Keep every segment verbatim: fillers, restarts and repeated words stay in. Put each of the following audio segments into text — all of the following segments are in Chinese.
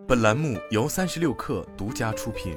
本栏目由三十六氪独家出品。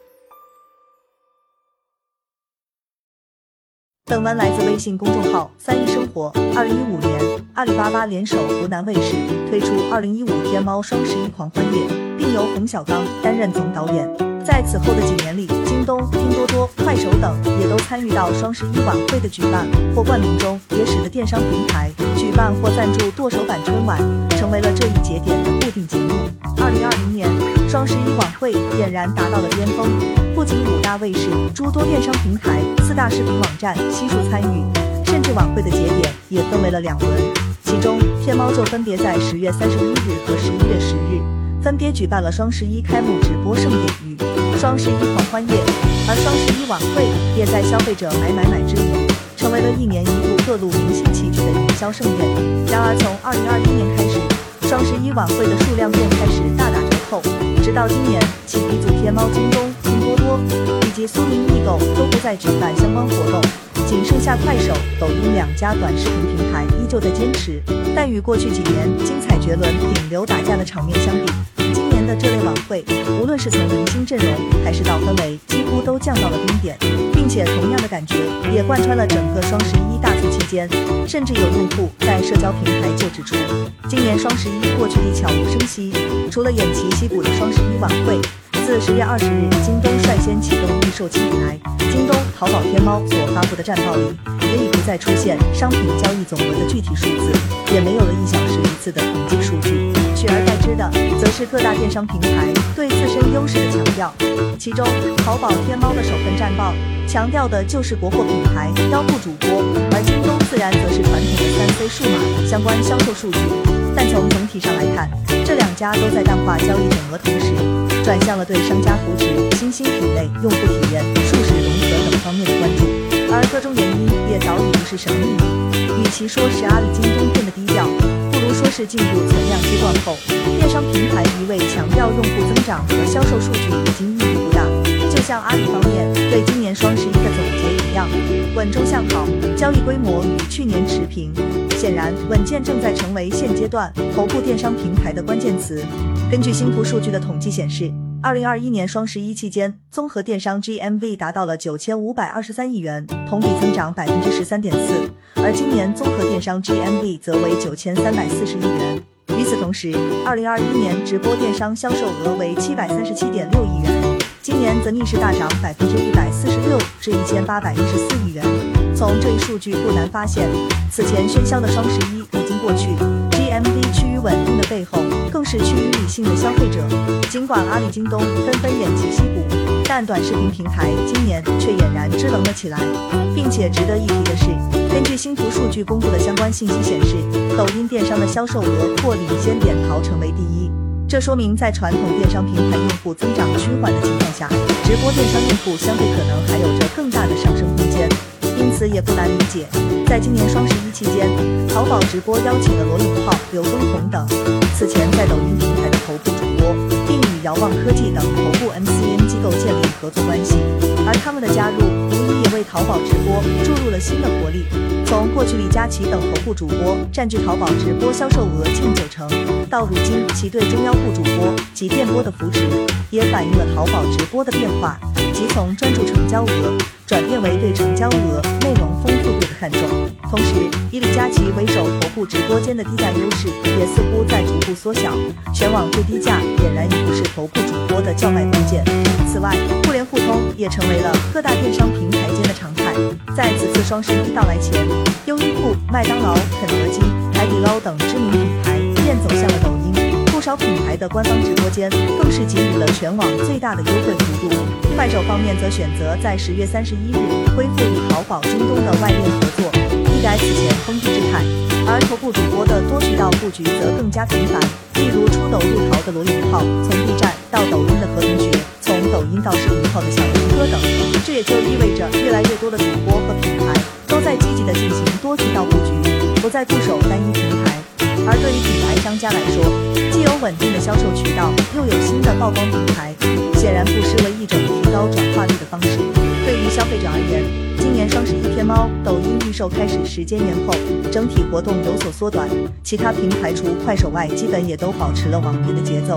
本文来自微信公众号三亿生活。二零一五年，阿里巴巴联手湖南卫视推出二零一五天猫双十一狂欢夜，并由冯小刚担任总导演。在此后的几年里，京东、拼多多、快手等也都参与到双十一晚会的举办或冠名中，也使得电商平台举办或赞助剁手版春晚成为了这一节点的固定节目。二零二零年，双十一晚会俨然达到了巅峰，不仅五大卫视、诸多电商平台、四大视频网站悉数参与，甚至晚会的节点也分为了两轮，其中天猫就分别在十月三十一日和十一月十日分别举办了双十一开幕直播盛典与双十一狂欢夜，而双十一晚会也在消费者买买买之余，成为了一年一度各路明星齐聚的营销盛宴。然而从二零二一年开始，双十一晚会的数量便开始大打折扣，直到今年，其鼻祖天猫、京东、拼多多以及苏宁易购都不再举办相关活动，仅剩下快手、抖音两家短视频平台依旧在坚持。但与过去几年精彩绝伦、顶流打架的场面相比，今年的这类晚会，无论是从明星阵容还是到氛围，几乎都降到了冰点，并且同样的感觉也贯穿了整个双十一大促期间。甚至有用户在社交平台就指出，今年双十一过去地悄无声息，除了偃旗息鼓的双十一晚会，自十月二十日京东率先启动预售期以来，京东、淘宝、天猫所发布的战报里也已不再出现商品交易总额的具体数字，也没有了一小时一次的统计数据，取而代之的则是各大电商平台对自身优势的强调。其中淘宝、天猫的首份战报强调的就是国货品牌、腰部主播，而京东自然则是传统的三 C 数码相关销售数据。但从总体上来看，这两家都在淡化交易总额同时，转向了对商家扶持、新兴品类、用户体验、数实融合等方面的关注，而各种原因也早已不是什么秘密。与其说是阿里、京东变得低调，不如说是进入存量阶段后，电商平台一味强调用户增长和销售数据已经意义不大。就像阿里方面对今年双十一的总结一样，稳中向好，交易规模与去年持平。显然，稳健正在成为现阶段头部电商平台的关键词。根据新图数据的统计显示，二零二一年双十一期间，综合电商 G M V 达到了九千五百二十三亿元，同比增长 百分之十三点四， 而今年综合电商 G M V 则为九千三百四十亿元。与此同时，二零二一年直播电商销售额为七百三十七点六亿元，今年则逆势大涨 百分之一百四十六 至一千八百一十四亿元。从这一数据不难发现，此前喧嚣的双十一已经过去， G M V 趋于稳定的背后，更是趋于理性的消费者。尽管阿里、京东纷纷偃旗息鼓，但短视频平台今年却俨然支棱了起来。并且值得一提的是，根据新图数据公布的相关信息显示，抖音电商的销售额或领先点淘成为第一。这说明在传统电商平台用户增长趋缓的情况下，直播电商用户相对可能还有着更大的上升空间。因此也不难理解，在今年双十一期间，淘宝直播邀请了罗永浩、刘畊宏等此前在抖音平台的头部主播，并与遥望科技等头部 M C N 机构建立合作关系。而他们的加入无疑也为淘宝直播注入了新的活力。从过去李佳琦等头部主播占据淘宝直播销售额近九成，到如今其对中腰部主播及电播的扶持，也反映了淘宝直播的变化，即从专注成交额转变为对成交额、内容丰富度的看重。同时，以李佳琦为首头部直播间的低价优势也似乎在逐步缩小，全网最低价俨然已不是头部主播的叫卖关键。此外，互联互通也成为了各大电商平台间的常态。在此次双十一到来前，优衣库、麦当劳、肯德基、海底捞等知名品牌便走向了抖音，不少品牌的官方直播间更是给予了全网最大的优惠幅度。快手方面则选择在十月三十一日恢复与淘宝、京东的外链合作，一改此前封闭之态。而头部主播的多渠道布局则更加频繁，例如出抖入淘的罗永浩，从 B 站到抖音的何同学，从抖音到视频号的小林哥等。这也就意味着越来越多的主播和品牌都在积极地进行多渠道布局，不再固守单一平台。而对于品牌商家来说，既有稳定的销售渠道，又有新的曝光平台，显然不失为一种提高转化率的方式。对于消费者而言，今年双十一天猫、抖音预售开始时间延后，整体活动有所缩短，其他平台除快手外，基本也都保持了往年的节奏。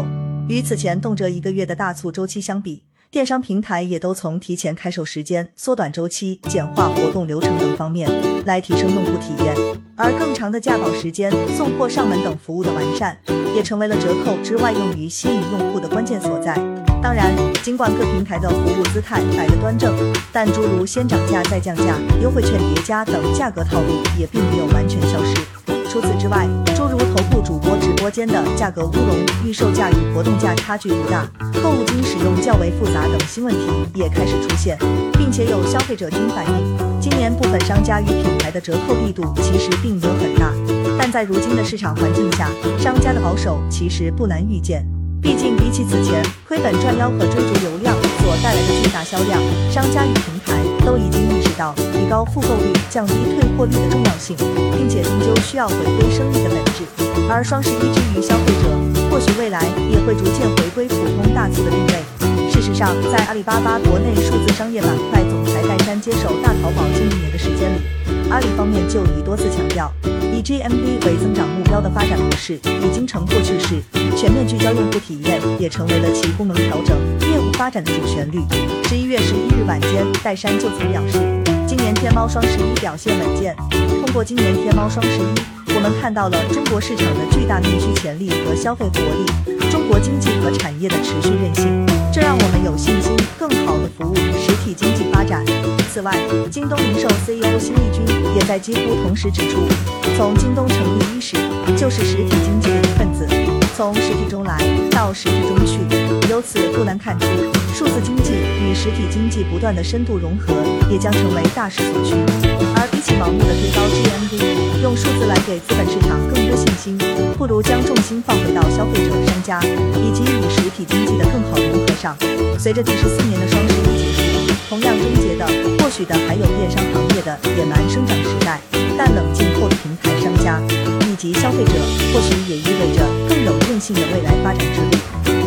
与此前动辄一个月的大促周期相比，电商平台也都从提前开售时间、缩短周期、简化活动流程等方面来提升用户体验。而更长的价保时间、送货上门等服务的完善，也成为了折扣之外用于吸引用户的关键所在。当然，尽管各平台的服务姿态摆得端正，但诸如先涨价再降价、优惠券叠加等价格套路也并没有完全消失。除此之外，诸如头部主播直播间的价格乌龙、预售价与活动价差距不大、购物金使用较为复杂等新问题也开始出现，并且有消费者均反映，今年部分商家与品牌的折扣力度其实并没有很大，但在如今的市场环境下，商家的保守其实不难预见。毕竟比起此前亏本赚吆和追逐流量所带来的巨大销量，商家与平台都已经意识到提高复购率、降低退货率的重要性，并且终究需要回归生意的本质。而双十一之于消费者，或许未来也会逐渐回归普通大促的定位。事实上，在阿里巴巴国内数字商业板块总裁戴珊接手大淘宝近一年的时间里，阿里方面就已多次强调，以 G M V 为增长目标的发展模式已经成过去式，全面聚焦用户体验也成为了其功能调整、业务发展的主旋律。十一月十一日晚间，戴珊就曾表示，今年天猫双十一表现稳健。通过今年天猫双十一，我们看到了中国市场的巨大内需潜力和消费活力，中国经济和产业的持续韧性，这让我们有信心更好地服务实体经济发展。此外，京东零售 C E O 辛立军也在几乎同时指出，从京东成立伊始，就是实体经济的一份子，从实体中来到实体中去，由此不难看出，数字经济与实体经济不断的深度融合，也将成为大势所趋。而比起盲目的推高 G M V， 用数字来给资本市场更多信心，不如将重心放回到消费者、商家以及与实体经济的更好融合上。随着第十四年的双十一结束，同样终结的或许的还有电商行业的野蛮生长时代，但冷静后的平台商家以及消费者，或许也意味着更有韧性的未来发展之路。